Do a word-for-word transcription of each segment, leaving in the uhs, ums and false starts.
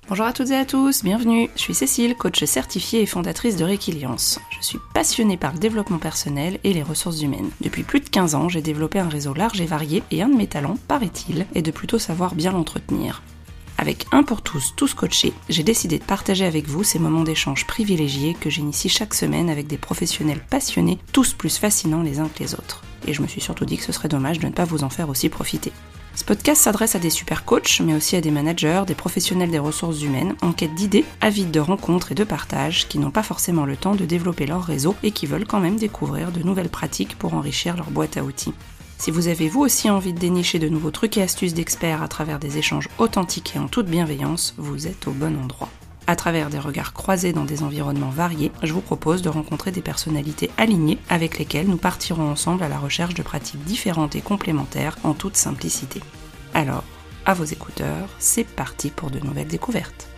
Bonjour à toutes et à tous, bienvenue. Je suis Cécile, coach certifiée et fondatrice de Réquiliance. Je suis passionnée par le développement personnel et les ressources humaines. Depuis plus de quinze ans, j'ai développé un réseau large et varié et un de mes talents, paraît-il, est de plutôt savoir bien l'entretenir. Avec Un pour tous, tous coachés, j'ai décidé de partager avec vous ces moments d'échange privilégiés que j'initie chaque semaine avec des professionnels passionnés, tous plus fascinants les uns que les autres. Et je me suis surtout dit que ce serait dommage de ne pas vous en faire aussi profiter. Ce podcast s'adresse à des super coachs, mais aussi à des managers, des professionnels des ressources humaines, en quête d'idées, avides de rencontres et de partages, qui n'ont pas forcément le temps de développer leur réseau et qui veulent quand même découvrir de nouvelles pratiques pour enrichir leur boîte à outils. Si vous avez vous aussi envie de dénicher de nouveaux trucs et astuces d'experts à travers des échanges authentiques et en toute bienveillance, vous êtes au bon endroit. À travers des regards croisés dans des environnements variés, je vous propose de rencontrer des personnalités alignées avec lesquelles nous partirons ensemble à la recherche de pratiques différentes et complémentaires en toute simplicité. Alors, à vos écouteurs, c'est parti pour de nouvelles découvertes.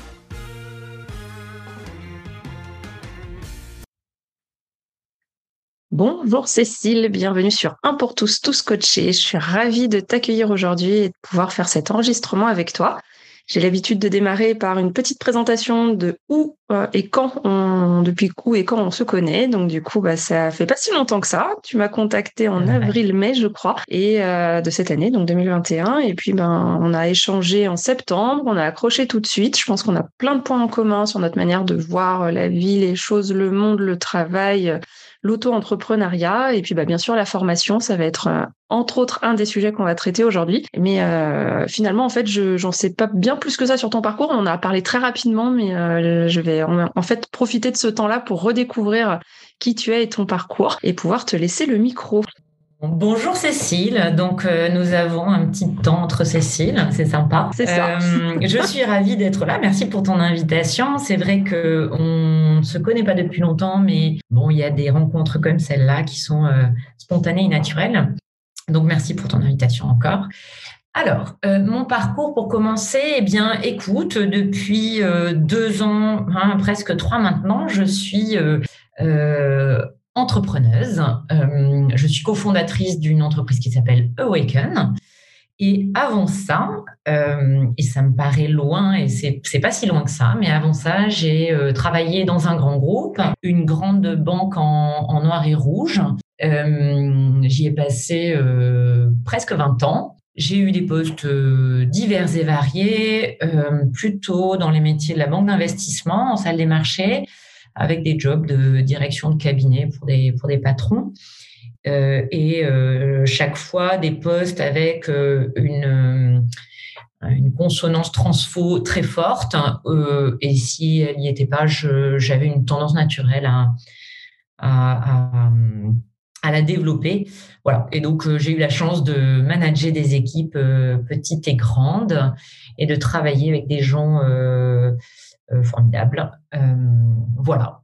Bonjour Cécile, bienvenue sur Un pour tous, tous coachés. Je suis ravie de t'accueillir aujourd'hui et de pouvoir faire cet enregistrement avec toi. J'ai l'habitude de démarrer par une petite présentation de où euh, et quand on, depuis où et quand on se connaît. Donc du coup, bah ça fait pas si longtemps que ça. Tu m'as contacté en avril-mai, je crois, et euh, de cette année, donc deux mille vingt et un. Et puis ben, on a échangé en septembre. On a accroché tout de suite. Je pense qu'on a plein de points en commun sur notre manière de voir la vie, les choses, le monde, le travail, l'auto-entrepreneuriat. Et puis bah bien sûr la formation, ça va être euh, entre autres un des sujets qu'on va traiter aujourd'hui. Mais euh, finalement, en fait, je j'en sais pas bien plus que ça sur ton parcours. On en a parlé très rapidement, mais euh, je vais en, en fait profiter de ce temps-là pour redécouvrir qui tu es et ton parcours et pouvoir te laisser le micro. Bonjour Cécile, donc euh, nous avons un petit temps entre Cécile, c'est sympa. C'est ça. Euh, je suis ravie d'être là, merci pour ton invitation. C'est vrai que on ne se connaît pas depuis longtemps, mais bon, il y a des rencontres comme celle-là qui sont euh, spontanées et naturelles. Donc merci pour ton invitation encore. Alors, euh, mon parcours pour commencer, eh bien, écoute, depuis euh, deux ans, hein, presque trois maintenant, je suis euh, euh, entrepreneuse. Euh, je suis cofondatrice d'une entreprise qui s'appelle Awaken. Et avant ça, euh, et ça me paraît loin, et c'est c'est pas si loin que ça, mais avant ça, j'ai euh, travaillé dans un grand groupe, une grande banque en, en noir et rouge. Euh, j'y ai passé euh, presque vingt ans. J'ai eu des postes euh, divers et variés, euh, plutôt dans les métiers de la banque d'investissement, en salle des marchés, avec des jobs de direction de cabinet pour des, pour des patrons. Euh, et euh, chaque fois, des postes avec euh, une, une consonance transfo très forte. Euh, et si elle n'y était pas, je, j'avais une tendance naturelle à... à, à à la développer. Voilà. Et donc, euh, j'ai eu la chance de manager des équipes euh, petites et grandes et de travailler avec des gens euh, euh, formidables. Euh, voilà.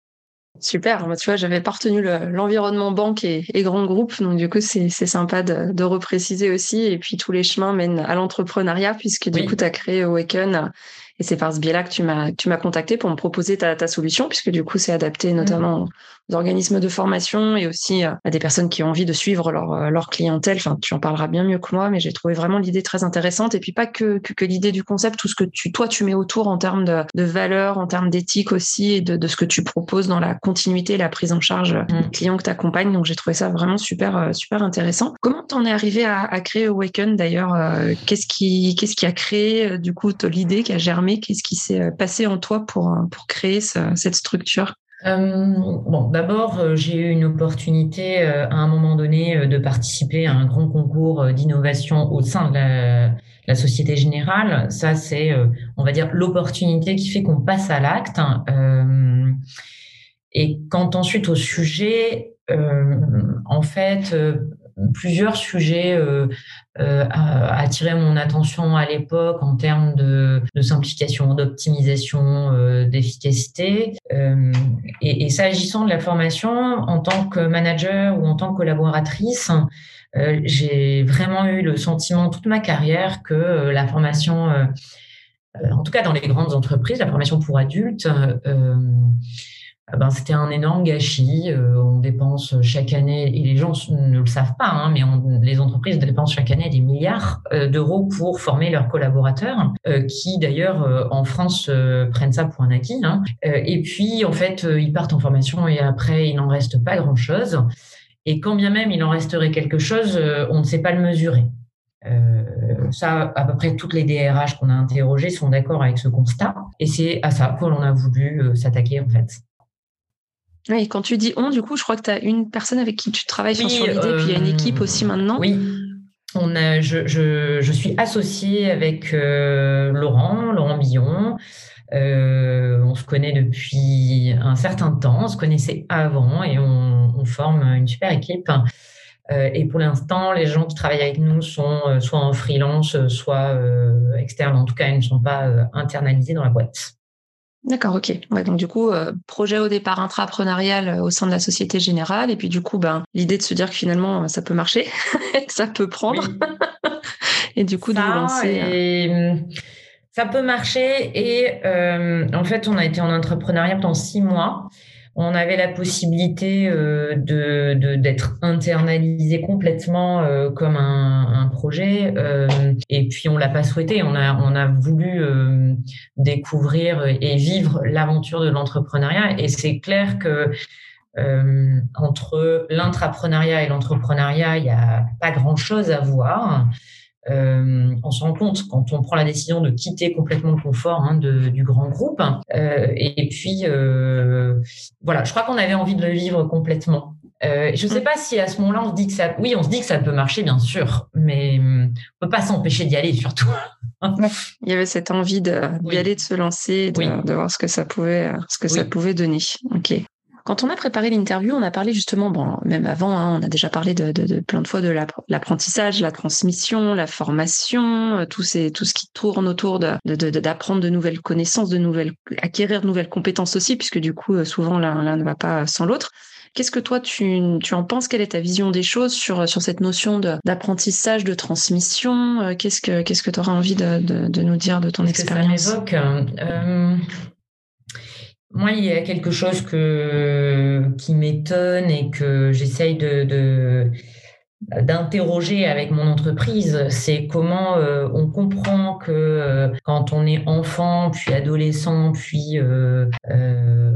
Super, moi, tu vois, j'avais pas retenu le, l'environnement banque et, et grand groupe, donc du coup c'est, c'est sympa de, de repréciser aussi. Et puis tous les chemins mènent à l'entrepreneuriat, puisque du Oui. coup tu as créé Awaken, et c'est par ce biais-là que tu m'as, que tu m'as contacté pour me proposer ta, ta solution, puisque du coup c'est adapté notamment mmh. aux organismes de formation et aussi à des personnes qui ont envie de suivre leur, leur clientèle. Enfin, tu en parleras bien mieux que moi, mais j'ai trouvé vraiment l'idée très intéressante. Et puis pas que, que, que l'idée du concept, tout ce que tu, toi tu mets autour en termes de, de valeurs, en termes d'éthique aussi, et de, de ce que tu proposes dans la continuité, la prise en charge mmh. des clients que tu accompagnes. Donc j'ai trouvé ça vraiment super, super intéressant. Comment t'en es arrivé à, à créer Awaken d'ailleurs? Qu'est-ce qui, qu'est-ce qui a créé du coup l'idée qui a germé? Qu'est-ce qui s'est passé en toi pour, pour créer ce, cette structure? Euh, bon, d'abord, euh, j'ai eu une opportunité euh, à un moment donné euh, de participer à un grand concours euh, d'innovation au sein de la, la Société Générale. Ça, c'est, euh, on va dire, l'opportunité qui fait qu'on passe à l'acte. Euh, et quant ensuite au sujet, euh, en fait, euh, plusieurs sujets euh, euh, attiraient mon attention à l'époque en termes de, de simplification, d'optimisation, euh, d'efficacité. Euh, et, et s'agissant de la formation, en tant que manager ou en tant que collaboratrice, euh, j'ai vraiment eu le sentiment toute ma carrière que euh, la formation, euh, en tout cas dans les grandes entreprises, la formation pour adultes, euh, eh ben, c'était un énorme gâchis. Euh, on dépense chaque année, et les gens ne le savent pas, hein, mais on, les entreprises dépensent chaque année des milliards euh, d'euros pour former leurs collaborateurs, euh, qui d'ailleurs euh, en France euh, prennent ça pour un acquis. Hein. Euh, et puis en fait, euh, ils partent en formation et après, il n'en reste pas grand-chose. Et quand bien même il en resterait quelque chose, euh, on ne sait pas le mesurer. Euh, ça, à peu près toutes les D R H qu'on a interrogées sont d'accord avec ce constat. Et c'est à ça que l'on a voulu euh, s'attaquer en fait. Oui, quand tu dis on, du coup, je crois que tu as une personne avec qui tu travailles oui, sur l'idée, euh, puis il y a une équipe aussi maintenant. Oui, on a, je, je, je suis associée avec euh, Laurent, Laurent Billon. Euh, on se connaît depuis un certain temps, on se connaissait avant et on, on forme une super équipe. Euh, et pour l'instant, les gens qui travaillent avec nous sont euh, soit en freelance, soit euh, externes. En tout cas, ils ne sont pas euh, internalisés dans la boîte. D'accord, ok. Ouais, donc du coup, euh, projet au départ intrapreneurial euh, au sein de la Société Générale, et puis du coup, ben, l'idée de se dire que finalement, ça peut marcher, que ça peut prendre, oui. Et du coup, ça, de vous lancer. Et... Euh... Ça peut marcher, et euh, en fait, on a été en entrepreneuriat pendant six mois. On avait la possibilité euh, de, de, d'être internalisé complètement euh, comme un, un projet, euh, et puis on l'a pas souhaité. On a, on a voulu euh, découvrir et vivre l'aventure de l'entrepreneuriat, et c'est clair que euh, entre l'intrapreneuriat et l'entrepreneuriat, il y a pas grand-chose à voir. Euh, on se rend compte quand on prend la décision de quitter complètement le confort hein, de, du grand groupe. Euh, et, et puis, euh, voilà, je crois qu'on avait envie de le vivre complètement. Euh, je ne sais pas si à ce moment-là, on se dit que ça... Oui, on se dit que ça peut marcher, bien sûr, mais on ne peut pas s'empêcher d'y aller, surtout. Il y avait cette envie de, d'y oui. aller, de se lancer, de, oui. de voir ce que ça pouvait, ce que oui. ça pouvait donner. Ok. Quand on a préparé l'interview, on a parlé justement, bon, même avant, hein, on a déjà parlé de, de, de plein de fois de l'apprentissage, la transmission, la formation, tout, ces, tout ce qui tourne autour de, de, de, d'apprendre de nouvelles connaissances, de nouvelles, acquérir de nouvelles compétences aussi, puisque du coup, souvent, l'un, l'un ne va pas sans l'autre. Qu'est-ce que toi, tu, tu en penses? Quelle est ta vision des choses sur, sur cette notion de, d'apprentissage, de transmission? Qu'est-ce que, qu'est-ce que tu auras envie de, de, de nous dire de ton Qu'est-ce expérience? Que ça m'évoque euh... Moi, il y a quelque chose que, qui m'étonne et que j'essaye de, de, d'interroger avec mon entreprise, c'est comment euh, on comprend que euh, quand on est enfant, puis adolescent, puis euh, euh,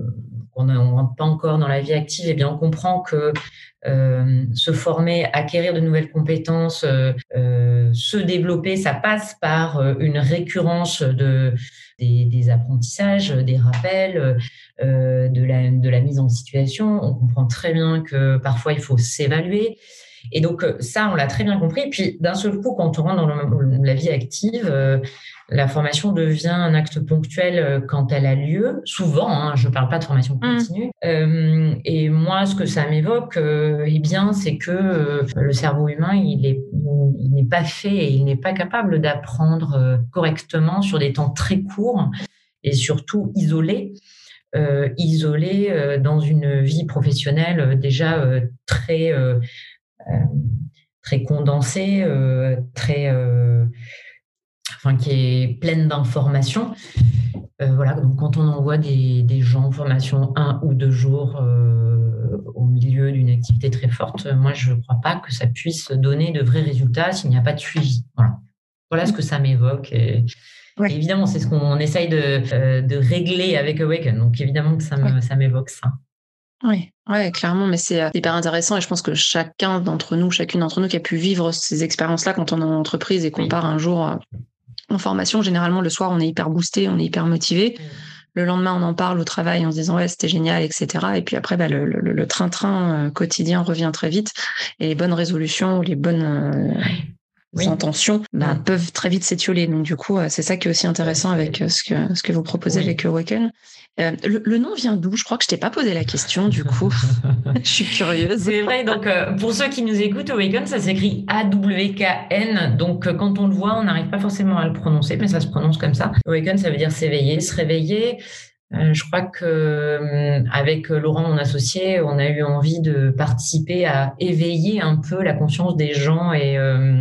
on ne rentre pas encore dans la vie active, eh bien on comprend que euh, se former, acquérir de nouvelles compétences, euh, euh, se développer, ça passe par euh, une récurrence de Des, des apprentissages, des rappels, euh, de, la, de la mise en situation. On comprend très bien que parfois, il faut s'évaluer. Et donc, ça, on l'a très bien compris. Et puis, d'un seul coup, quand on rentre dans le, la vie active, euh, la formation devient un acte ponctuel quand elle a lieu. Souvent, hein, je ne parle pas de formation continue. Mmh. Euh, et moi, ce que ça m'évoque, euh, eh bien, c'est que euh, le cerveau humain, il est, il n'est pas fait et il n'est pas capable d'apprendre euh, correctement sur des temps très courts et surtout isolé. Euh, isolé euh, dans une vie professionnelle euh, déjà euh, très euh, euh, très condensée, euh, très euh, enfin qui est pleine d'informations. Euh, voilà, donc quand on envoie des, des gens en formation un ou deux jours euh, au milieu d'une activité très forte, moi je ne crois pas que ça puisse donner de vrais résultats s'il n'y a pas de suivi. Voilà, voilà ce que ça m'évoque. Et, ouais. et évidemment, c'est ce qu'on essaye de, euh, de régler avec Awaken. Donc évidemment que ça, me, ouais. ça m'évoque ça. Oui, ouais, clairement, mais c'est hyper intéressant et je pense que chacun d'entre nous, chacune d'entre nous qui a pu vivre ces expériences-là quand on est en entreprise et qu'on oui. part un jour en formation, généralement le soir on est hyper boosté, on est hyper motivé. Oui. Le lendemain on en parle au travail en se disant ouais c'était génial, et cetera. Et puis après bah, le, le, le train-train quotidien revient très vite et les bonnes résolutions ou les bonnes euh, oui. intentions bah, oui. peuvent très vite s'étioler. Donc du coup c'est ça qui est aussi intéressant avec ce que ce que vous proposez oui. avec Awaken. Euh, le, le nom vient d'où? Je crois que je t'ai pas posé la question, du coup. Je suis curieuse. C'est vrai, donc euh, pour ceux qui nous écoutent, Awaken, ça s'écrit A W K N. Donc euh, quand on le voit, on n'arrive pas forcément à le prononcer, mais ça se prononce comme ça. Awaken, ça veut dire s'éveiller, se réveiller. Euh, je crois que euh, avec Laurent, mon associé, on a eu envie de participer à éveiller un peu la conscience des gens et euh,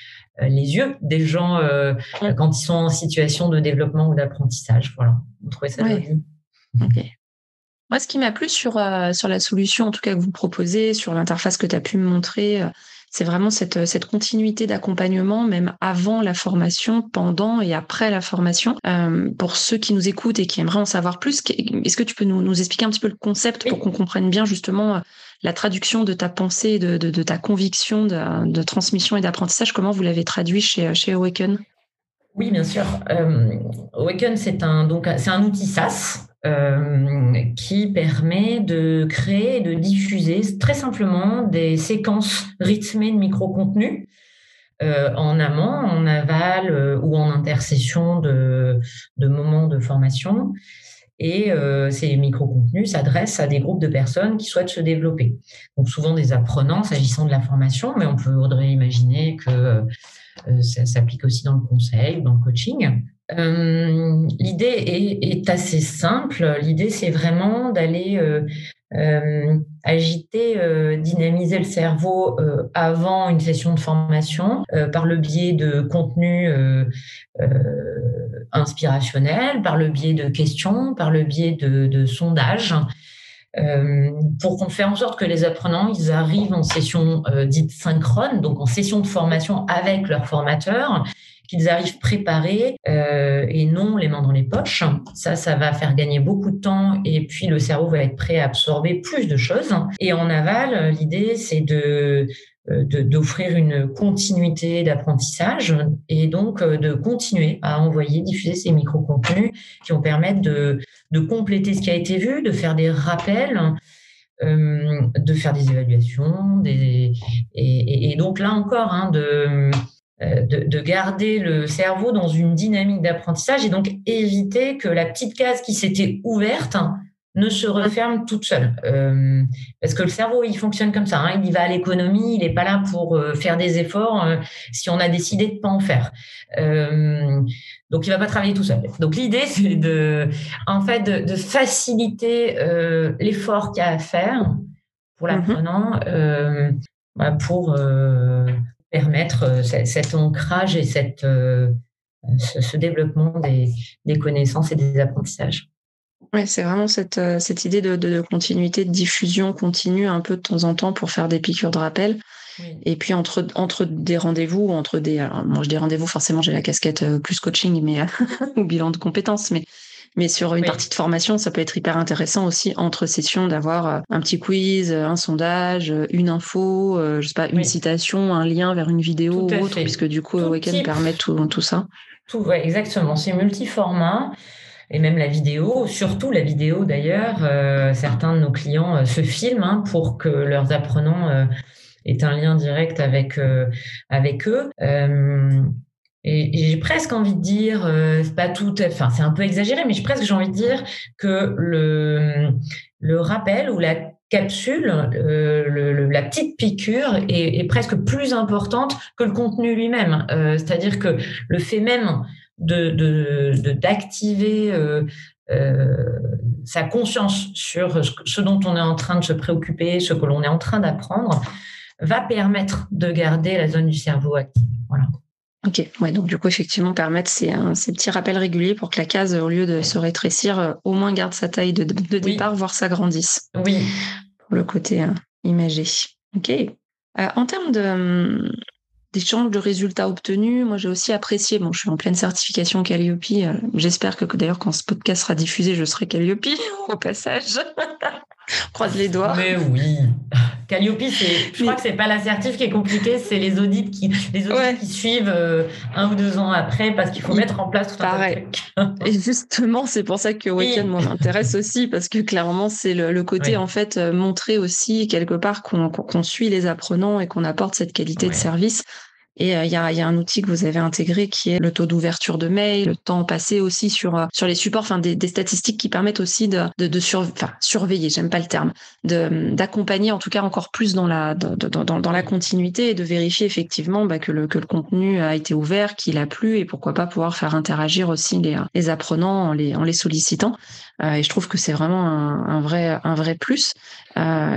les yeux des gens euh, ouais. quand ils sont en situation de développement ou d'apprentissage. Voilà, on trouvait ça ouais. joli. Ok. Moi, ce qui m'a plu sur, euh, sur la solution, en tout cas que vous proposez, sur l'interface que tu as pu me montrer, euh, c'est vraiment cette, cette continuité d'accompagnement, même avant la formation, pendant et après la formation. Euh, pour ceux qui nous écoutent et qui aimeraient en savoir plus, est-ce que tu peux nous, nous expliquer un petit peu le concept pour qu'on comprenne bien justement la traduction de ta pensée, de, de, de ta conviction de, de transmission et d'apprentissage? Comment vous l'avez traduit chez, chez Awaken? Oui, bien sûr. Euh, Awaken, c'est un, donc, c'est un outil SaaS. Euh, qui permet de créer et de diffuser très simplement des séquences rythmées de micro-contenus euh, en amont, en aval euh, ou en intercession de, de moments de formation. Et euh, ces micro-contenus s'adressent à des groupes de personnes qui souhaitent se développer. Donc souvent des apprenants s'agissant de la formation, mais on pourrait imaginer que euh, ça s'applique aussi dans le conseil, dans le coaching. Euh, l'idée est, est assez simple. L'idée, c'est vraiment d'aller euh, euh, agiter, euh, dynamiser le cerveau euh, avant une session de formation euh, par le biais de contenus euh, euh, inspirationnels, par le biais de questions, par le biais de, de sondages. Euh, pour qu'on fait en sorte que les apprenants ils arrivent en session euh, dite synchrone, donc en session de formation avec leur formateur, qu'ils arrivent préparés euh, et non les mains dans les poches. Ça, ça va faire gagner beaucoup de temps et puis le cerveau va être prêt à absorber plus de choses. Et en aval, l'idée, c'est de De, d'offrir une continuité d'apprentissage et donc de continuer à envoyer, diffuser ces micro-contenus qui vont permettre de, de compléter ce qui a été vu, de faire des rappels, euh, de faire des évaluations, des, et, et, et donc là encore, hein, de, de, de garder le cerveau dans une dynamique d'apprentissage et donc éviter que la petite case qui s'était ouverte ne se referme toute seule. Euh, parce que le cerveau, il fonctionne comme ça. Hein, il y va à l'économie, il n'est pas là pour euh, faire des efforts euh, si on a décidé de ne pas en faire. Euh, donc, il ne va pas travailler tout seul. Donc, l'idée, c'est de, en fait, de, de faciliter euh, l'effort qu'il y a à faire pour l'apprenant euh, bah, pour euh, permettre euh, cet ancrage et cette, euh, ce, ce développement des, des connaissances et des apprentissages. Oui, c'est vraiment cette, euh, cette idée de, de, de continuité, de diffusion continue un peu de temps en temps pour faire des piqûres de rappel. Oui. Et puis entre, entre des rendez-vous, entre des... Alors, moi, je dis rendez-vous, forcément, j'ai la casquette euh, plus coaching mais ou bilan de compétences, mais, mais sur une oui. partie de formation, ça peut être hyper intéressant aussi entre sessions d'avoir un petit quiz, un sondage, une info, euh, je sais pas, une oui. citation, un lien vers une vidéo ou autre, fait. Puisque du coup, Awaken permet tout, tout ça. Tout, ouais, exactement. C'est multi-format. Et même la vidéo, surtout la vidéo d'ailleurs, euh, certains de nos clients euh, se filment hein, pour que leurs apprenants euh, aient un lien direct avec, euh, avec eux. Euh, et, et j'ai presque envie de dire, euh, c'est pas tout, enfin c'est un peu exagéré, mais j'ai presque j'ai envie de dire que le, le rappel ou la capsule, euh, le, le, la petite piqûre est, est presque plus importante que le contenu lui-même. Euh, c'est-à-dire que le fait même de, de, de d'activer euh, euh, sa conscience sur ce, ce dont on est en train de se préoccuper, ce que l'on est en train d'apprendre, va permettre de garder la zone du cerveau active. Voilà. Ok, ouais, donc du coup, effectivement, permettre ces, hein, ces petits rappels réguliers pour que la case, au lieu de se rétrécir, euh, au moins garde sa taille de, de, de départ, oui. voire s'agrandisse. Oui. Pour le côté euh, imagé. Ok. Euh, en termes de... d'échange de résultats obtenus. Moi, j'ai aussi apprécié, bon, je suis en pleine certification Calliope, euh, j'espère que, que d'ailleurs, quand ce podcast sera diffusé, je serai Calliope, au passage. Croise les doigts. Mais oui. Calliope, c'est, je Mais... crois que c'est pas la certif qui est compliquée, c'est les audits qui, les audits ouais. qui suivent euh, un ou deux ans après parce qu'il faut oui. mettre en place tout un tas de trucs. Et justement, c'est pour ça que Awaken, moi, m'intéresse aussi parce que clairement, c'est le, le côté, oui. en fait, euh, montrer aussi quelque part qu'on, qu'on suit les apprenants et qu'on apporte cette qualité ouais. de service. Et il euh, y, a, y a un outil que vous avez intégré qui est le taux d'ouverture de mail, le temps passé aussi sur euh, sur les supports, enfin des, des statistiques qui permettent aussi de de, de sur, enfin, surveiller, j'aime pas le terme, de d'accompagner en tout cas encore plus dans la dans dans, dans la continuité et de vérifier effectivement bah, que le que le contenu a été ouvert, qu'il a plu et pourquoi pas pouvoir faire interagir aussi les les apprenants en les en les sollicitant. Euh, et je trouve que c'est vraiment un, un vrai un vrai plus. Euh,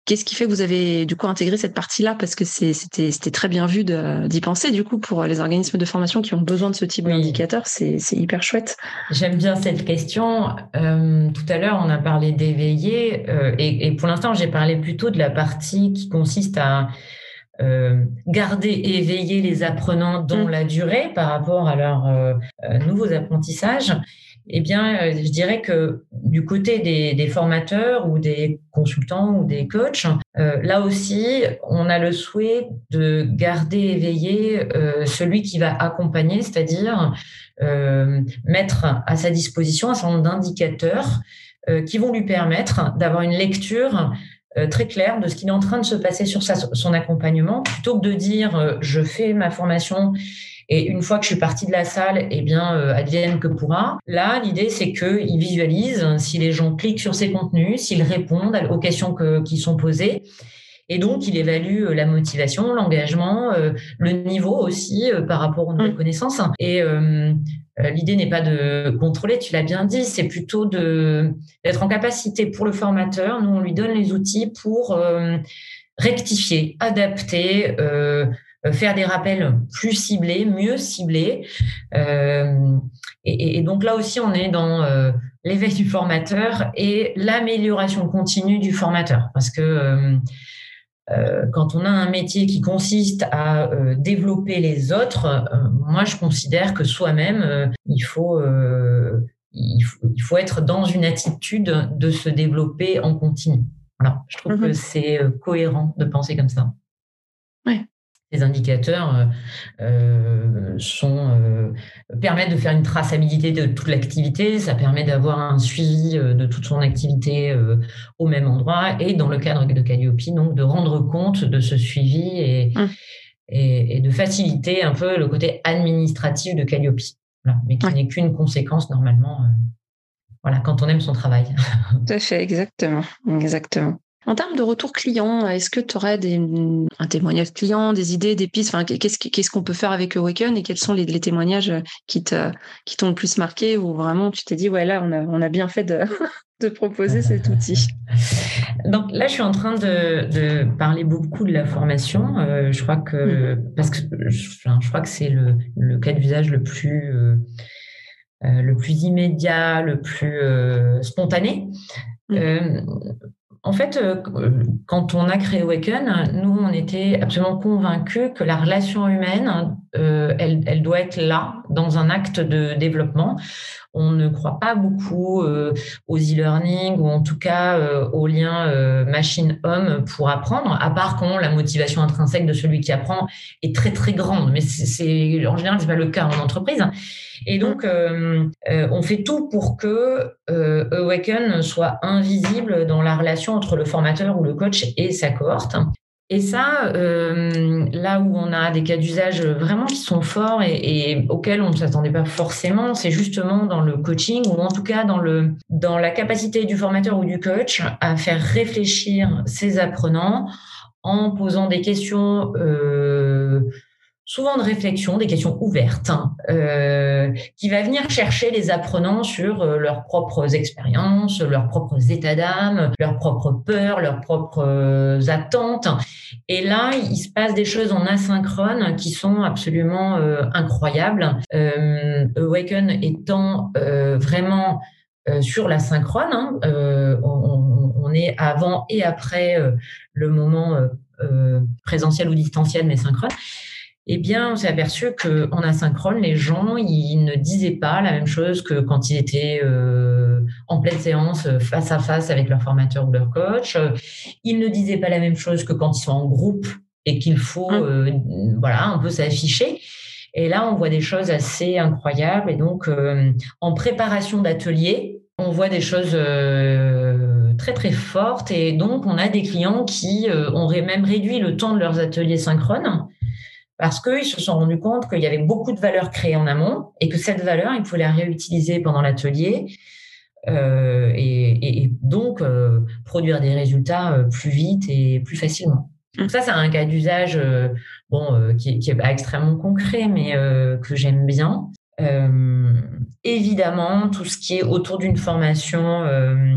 qu'est-ce qui fait que vous avez du coup intégré cette partie-là? Parce que c'est, c'était, c'était très bien vu de, d'y penser du coup pour les organismes de formation qui ont besoin de ce type oui. d'indicateur. C'est, c'est hyper chouette. J'aime bien cette question. Euh, tout à l'heure, on a parlé d'éveiller euh, et, et pour l'instant, j'ai parlé plutôt de la partie qui consiste à euh, garder et éveiller les apprenants dans mmh. la durée par rapport à leurs euh, nouveaux apprentissages. Eh bien, euh, je dirais que du côté des, des formateurs ou des consultants ou des coachs, euh, là aussi, on a le souhait de garder éveillé euh, celui qui va accompagner, c'est-à-dire euh, mettre à sa disposition un certain nombre d'indicateurs euh, qui vont lui permettre d'avoir une lecture euh, très claire de ce qu'il est en train de se passer sur sa, son accompagnement, plutôt que de dire euh, je fais ma formation et une fois que je suis partie de la salle, eh bien, euh, advienne que pourra. Là, l'idée, c'est qu'ils visualisent si les gens cliquent sur ces contenus, s'ils répondent aux questions que, qui sont posées. Et donc, il évalue la motivation, l'engagement, euh, le niveau aussi euh, par rapport aux nouvelles mmh. connaissances. Et euh, euh, l'idée n'est pas de contrôler, tu l'as bien dit, c'est plutôt de, d'être en capacité pour le formateur. Nous, on lui donne les outils pour euh, rectifier, adapter, euh, faire des rappels plus ciblés, mieux ciblés. Euh, et, et donc là aussi, on est dans euh, l'éveil du formateur et l'amélioration continue du formateur. Parce que euh, euh, quand on a un métier qui consiste à euh, développer les autres, euh, moi, je considère que soi-même, euh, il faut... Euh, il faut, il faut être dans une attitude de se développer en continu. Voilà, je trouve mmh. que c'est cohérent de penser comme ça. Ouais. Les indicateurs euh, sont, euh, permettent de faire une traçabilité de toute l'activité, ça permet d'avoir un suivi de toute son activité euh, au même endroit et dans le cadre de Calliope, donc de rendre compte de ce suivi et, mmh. et, et de faciliter un peu le côté administratif de Calliope, voilà, mais qui ouais. n'est qu'une conséquence normalement euh, voilà, quand on aime son travail. Tout à fait, exactement, exactement. En termes de retour client, est-ce que tu aurais des, un témoignage client, des idées, des pistes, enfin, qu'est-ce, qu'est-ce qu'on peut faire avec Awaken et quels sont les, les témoignages qui, te, qui t'ont le plus marqué ou vraiment tu t'es dit, ouais, là, on a, on a bien fait de, de proposer cet outil? Donc là, je suis en train de, de parler beaucoup de la formation. Euh, je crois que, mmh. parce que je, je crois que c'est le, le cas d'usage le plus, euh, euh, le plus immédiat, le plus euh, spontané. Mmh. Euh, En fait, quand on a créé Awaken, nous, on était absolument convaincus que la relation humaine, euh, elle, elle doit être là, dans un acte de développement. On ne croit pas beaucoup euh, aux e-learning ou en tout cas euh, aux liens euh, machine-homme pour apprendre, à part quand la motivation intrinsèque de celui qui apprend est très, très grande. Mais c'est, c'est, en général, ce n'est pas le cas en entreprise. Et donc, euh, euh, on fait tout pour que euh, Awaken soit invisible dans la relation entre le formateur ou le coach et sa cohorte. Et ça, euh, là où on a des cas d'usage vraiment qui sont forts et, et auxquels on ne s'attendait pas forcément, c'est justement dans le coaching ou en tout cas dans, le, dans la capacité du formateur ou du coach à faire réfléchir ses apprenants en posant des questions euh, souvent de réflexion, des questions ouvertes, euh, qui va venir chercher les apprenants sur euh, leurs propres expériences, leurs propres états d'âme, leurs propres peurs, leurs propres euh, attentes. Et là, il se passe des choses en asynchrone qui sont absolument euh, incroyables. Euh, Awaken étant euh, vraiment euh, sur l'asynchrone, hein, euh, on, on est avant et après euh, le moment euh, euh, présentiel ou distanciel, mais synchrone. Eh bien, on s'est aperçu qu'en asynchrone, les gens, ils ne disaient pas la même chose que quand ils étaient euh, en pleine séance, face à face avec leur formateur ou leur coach. Ils ne disaient pas la même chose que quand ils sont en groupe et qu'il faut, euh, voilà, un peu s'afficher. Et là, on voit des choses assez incroyables. Et donc, euh, en préparation d'atelier, on voit des choses euh, très, très fortes. Et donc, on a des clients qui euh, ont même réduit le temps de leurs ateliers synchrones parce qu'ils se sont rendus compte qu'il y avait beaucoup de valeur créée en amont et que cette valeur, ils pouvaient la réutiliser pendant l'atelier euh, et, et, et donc euh, produire des résultats plus vite et plus facilement. Donc ça, c'est un cas d'usage euh, bon, euh, qui, qui est pas extrêmement concret, mais euh, que j'aime bien. Euh, évidemment, tout ce qui est autour d'une formation, euh,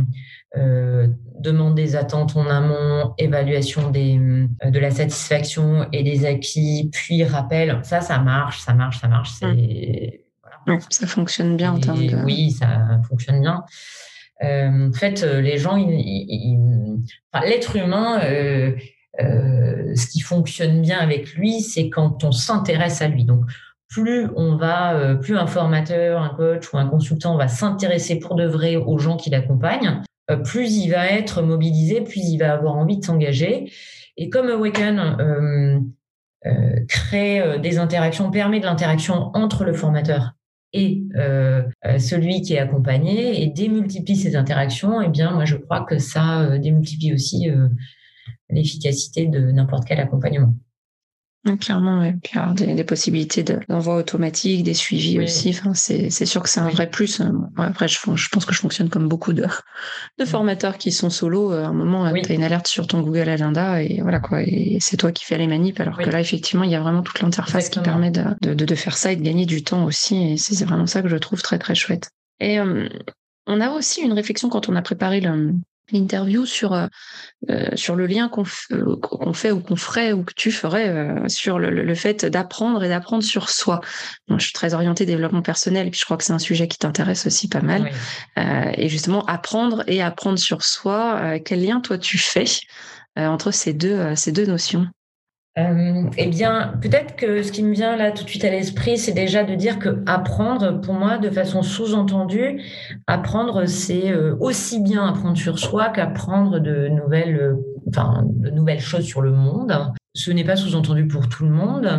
euh, demande des attentes en amont, évaluation des, euh, de la satisfaction et des acquis, puis rappel. Ça, ça marche, ça marche, ça marche. C'est, mmh. Voilà. Oui, ça fonctionne bien et, en termes de... Oui, ça fonctionne bien. Euh, en fait, les gens, ils, ils, ils... Enfin, l'être humain, euh, euh, ce qui fonctionne bien avec lui, c'est quand on s'intéresse à lui. Donc, plus on va, euh, plus un formateur, un coach ou un consultant va s'intéresser pour de vrai aux gens qui l'accompagnent, euh, plus il va être mobilisé, plus il va avoir envie de s'engager. Et comme Awaken euh, euh, crée des interactions, permet de l'interaction entre le formateur et euh, celui qui est accompagné et démultiplie ces interactions, eh bien, moi, je crois que ça euh, démultiplie aussi euh, l'efficacité de n'importe quel accompagnement. Clairement, oui. Puis avoir des, des possibilités de, d'envoi automatique, des suivis oui. aussi. Enfin, c'est, c'est sûr que c'est un oui. vrai plus. Après, je, je pense que je fonctionne comme beaucoup de, de formateurs qui sont solo. À un moment, oui. tu as une alerte sur ton Google Agenda et voilà quoi. Et c'est toi qui fais les manips. Alors oui. que là, effectivement, il y a vraiment toute l'interface Exactement. Qui permet de, de, de faire ça et de gagner du temps aussi. Et c'est, c'est vraiment ça que je trouve très, très chouette. Et euh, on a aussi une réflexion quand on a préparé le, l'interview sur euh, euh, sur le lien qu'on, f- euh, qu'on fait ou qu'on ferait ou que tu ferais euh, sur le, le fait d'apprendre et d'apprendre sur soi. Bon, je suis très orientée développement personnel et puis je crois que c'est un sujet qui t'intéresse aussi pas mal. Oui. Euh, et justement apprendre et apprendre sur soi. Euh, quel lien toi tu fais euh, entre ces deux euh, ces deux notions? Euh, eh bien, peut-être que ce qui me vient là tout de suite à l'esprit, c'est déjà de dire que apprendre, pour moi, de façon sous-entendue, apprendre, c'est euh, aussi bien apprendre sur soi qu'apprendre de nouvelles, euh, enfin, de nouvelles choses sur le monde. Ce n'est pas sous-entendu pour tout le monde,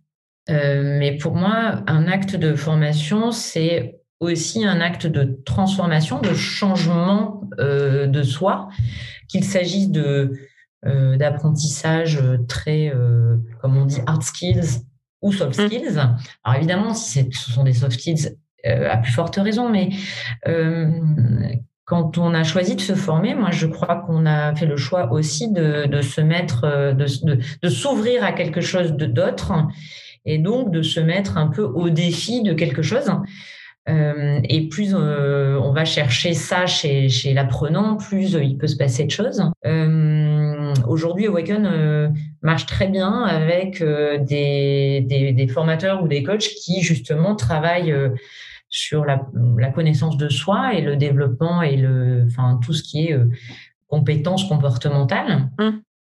euh, mais pour moi, un acte de formation, c'est aussi un acte de transformation, de changement euh, de soi, qu'il s'agisse de Euh, d'apprentissage très, euh, comme on dit, hard skills ou soft skills. Mmh. Alors évidemment, si c'est, ce sont des soft skills, euh, à plus forte raison, mais euh, quand on a choisi de se former, moi je crois qu'on a fait le choix aussi de, de se mettre, de, de, de s'ouvrir à quelque chose de, d'autre et donc de se mettre un peu au défi de quelque chose. Euh, et plus euh, on va chercher ça chez, chez l'apprenant, plus euh, il peut se passer de choses. Euh, aujourd'hui, Awaken euh, marche très bien avec euh, des, des, des formateurs ou des coachs qui justement travaillent euh, sur la, la connaissance de soi et le développement et le, enfin tout ce qui est euh, compétences comportementales. Mmh.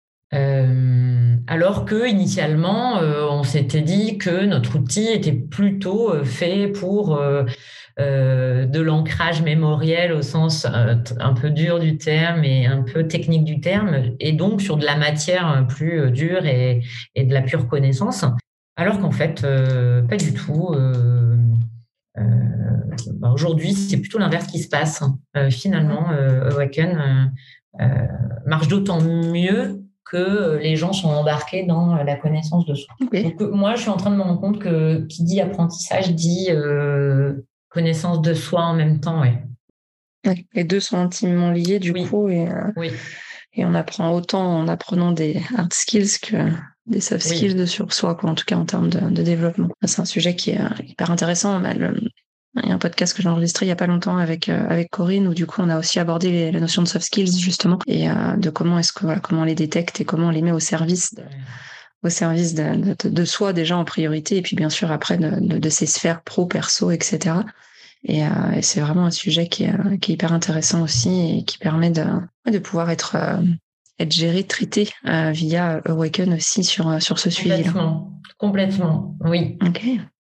Euh, alors que initialement, euh, on s'était dit que notre outil était plutôt euh, fait pour euh, euh, de l'ancrage mémoriel au sens euh, un peu dur du terme et un peu technique du terme, et donc sur de la matière plus dure et, et de la pure connaissance. Alors qu'en fait, euh, pas du tout. Euh, euh, bah aujourd'hui, c'est plutôt l'inverse qui se passe. Euh, finalement, euh, Awaken euh, euh, marche d'autant mieux que les gens sont embarqués dans la connaissance de soi. Okay. Donc, moi, je suis en train de me rendre compte que qui dit apprentissage dit euh, connaissance de soi en même temps. Ouais. Ouais, les deux sont intimement liés du oui. coup. Et, euh, oui. et on apprend autant en apprenant des hard skills que des soft skills oui. de sur soi, quoi, en tout cas en termes de, de développement. C'est un sujet qui est euh, hyper intéressant. Le, il y a un podcast que j'ai enregistré il y a pas longtemps avec euh, avec Corinne où du coup on a aussi abordé les, les notions de soft skills justement et euh, de comment est-ce que voilà, comment on les détecte et comment on les met au service de, au service de, de, de soi déjà en priorité et puis bien sûr après de, de, de ses sphères pro, perso, et cetera. Et, euh, et c'est vraiment un sujet qui est, qui est hyper intéressant aussi et qui permet de de pouvoir être euh, être géré, traité euh, via Awaken aussi sur sur ce suivi-là. Complètement, complètement, oui. Ok.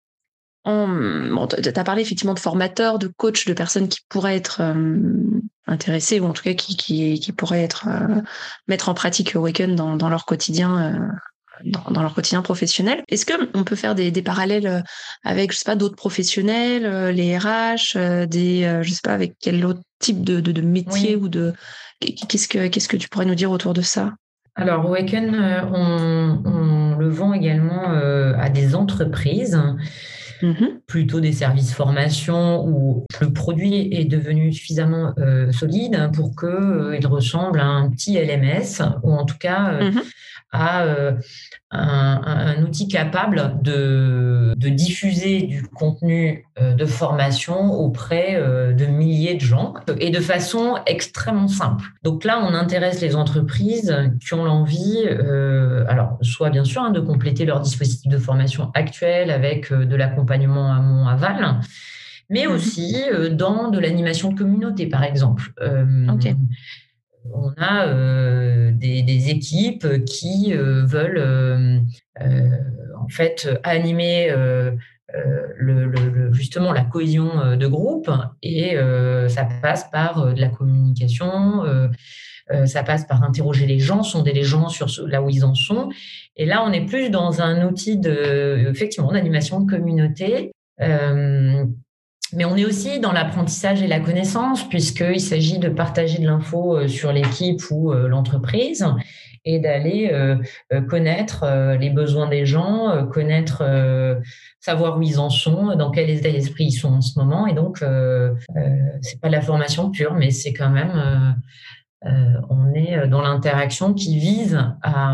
Bon, tu as parlé effectivement de formateurs, de coachs, de personnes qui pourraient être euh, intéressées ou en tout cas qui, qui, qui pourraient être euh, mettre en pratique Awaken dans, dans leur quotidien, euh, dans, dans leur quotidien professionnel. Est-ce que on peut faire des, des parallèles avec, je sais pas, d'autres professionnels, euh, les R H, euh, des, euh, je sais pas, avec quel autre type de, de, de métier oui. ou de qu'est-ce que qu'est-ce que tu pourrais nous dire autour de ça? Alors Awaken, euh, on, on le vend également euh, à des entreprises. Mmh. Plutôt des services formation où le produit est devenu suffisamment euh, solide pour qu'il euh, ressemble à un petit L M S ou en tout cas euh, mmh. à euh, un, un outil capable de, de diffuser du contenu euh, de formation auprès euh, de milliers milliers de gens et de façon extrêmement simple. Donc là, on intéresse les entreprises qui ont l'envie, euh, alors soit bien sûr hein, de compléter leur dispositif de formation actuel avec euh, de l'accompagnement amont-aval, mais mmh. aussi euh, dans de l'animation de communauté, par exemple. Euh, okay. On a euh, des, des équipes qui euh, veulent euh, euh, en fait animer euh, euh, le, le, justement la cohésion de groupe et euh, ça passe par euh, de la communication, euh, euh, ça passe par interroger les gens, sonder les gens sur ce, là où ils en sont. Et là, on est plus dans un outil de effectivement d'animation de communauté. Euh, Mais on est aussi dans l'apprentissage et la connaissance, puisqu'il s'agit de partager de l'info sur l'équipe ou l'entreprise et d'aller euh, connaître les besoins des gens, connaître, euh, savoir où ils en sont, dans quel état d'esprit ils sont en ce moment. Et donc, euh, euh, c'est pas de la formation pure, mais c'est quand même, euh, euh, on est dans l'interaction qui vise à,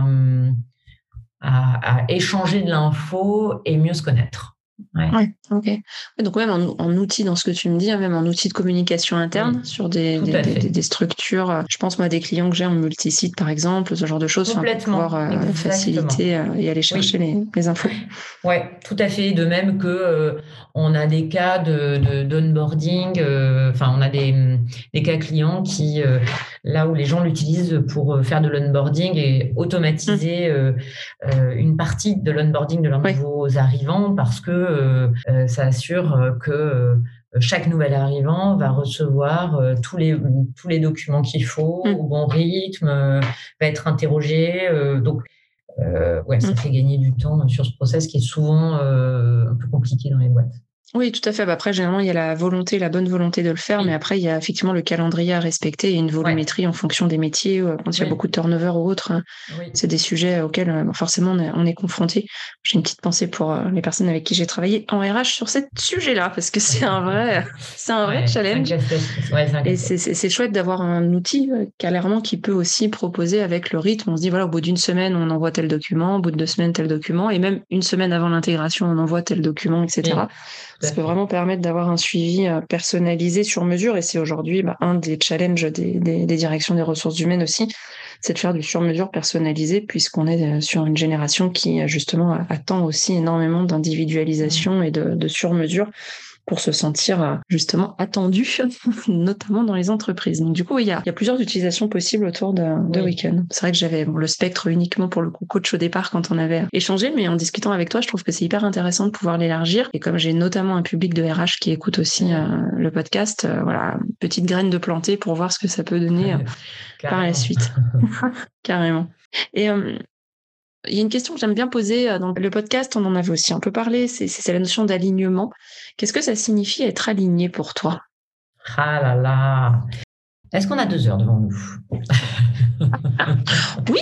à, à échanger de l'info et mieux se connaître. Ouais. ouais, ok. Donc même en, en outil, dans ce que tu me dis, même en outil de communication interne oui, sur des, des, des, des structures. Je pense moi à des clients que j'ai en multisite par exemple, ce genre de choses, pour pouvoir euh, faciliter euh, et aller chercher oui. les, les infos. Ouais, tout à fait. De même que euh, on a des cas de, de d'onboarding. Enfin, euh, on a des, des cas clients qui euh, là où les gens l'utilisent pour faire de l'onboarding et automatiser mmh. euh, euh, une partie de l'onboarding de leurs oui. nouveaux arrivants parce que Euh, euh, ça assure euh, que euh, chaque nouvel arrivant va recevoir euh, tous les tous les documents qu'il faut mmh. au bon rythme, euh, va être interrogé. Euh, donc, euh, ouais, ça mmh. fait gagner du temps sur ce process qui est souvent euh, un peu compliqué dans les boîtes. Oui, tout à fait. Bah après, généralement, il y a la volonté, la bonne volonté de le faire, oui. mais après, il y a effectivement le calendrier à respecter et une volumétrie ouais. en fonction des métiers. Quand il y a oui. beaucoup de turnover ou autre, oui. c'est des sujets auxquels forcément on est, on est confronté. J'ai une petite pensée pour les personnes avec qui j'ai travaillé en R H sur ce sujet-là, parce que c'est un vrai, c'est un vrai ouais, challenge. C'est ouais, c'est et c'est, c'est, c'est chouette d'avoir un outil, clairement, qui peut aussi proposer avec le rythme. On se dit, voilà, au bout d'une semaine, on envoie tel document, au bout de deux semaines, tel document, et même une semaine avant l'intégration, on envoie tel document, et cetera. Oui. Ça peut vraiment permettre d'avoir un suivi personnalisé sur mesure et c'est aujourd'hui bah, un des challenges des, des, des directions des ressources humaines aussi, c'est de faire du sur-mesure personnalisé puisqu'on est sur une génération qui justement attend aussi énormément d'individualisation et de, de sur-mesure pour se sentir justement attendu, notamment dans les entreprises. Donc du coup, il y a, il y a plusieurs utilisations possibles autour de, de oui. Weekend. C'est vrai que j'avais bon, le spectre uniquement pour le coup coach au départ quand on avait échangé, mais en discutant avec toi, je trouve que c'est hyper intéressant de pouvoir l'élargir. Et comme j'ai notamment un public de R H qui écoute aussi euh, le podcast, euh, voilà, petite graine de planter pour voir ce que ça peut donner euh, par la suite. Carrément. Et euh, il y a une question que j'aime bien poser dans le podcast, on en avait aussi un peu parlé, c'est, c'est la notion d'alignement. Qu'est-ce que ça signifie être aligné pour toi ? Ah là là ! Est-ce qu'on a deux heures devant nous ? Oui.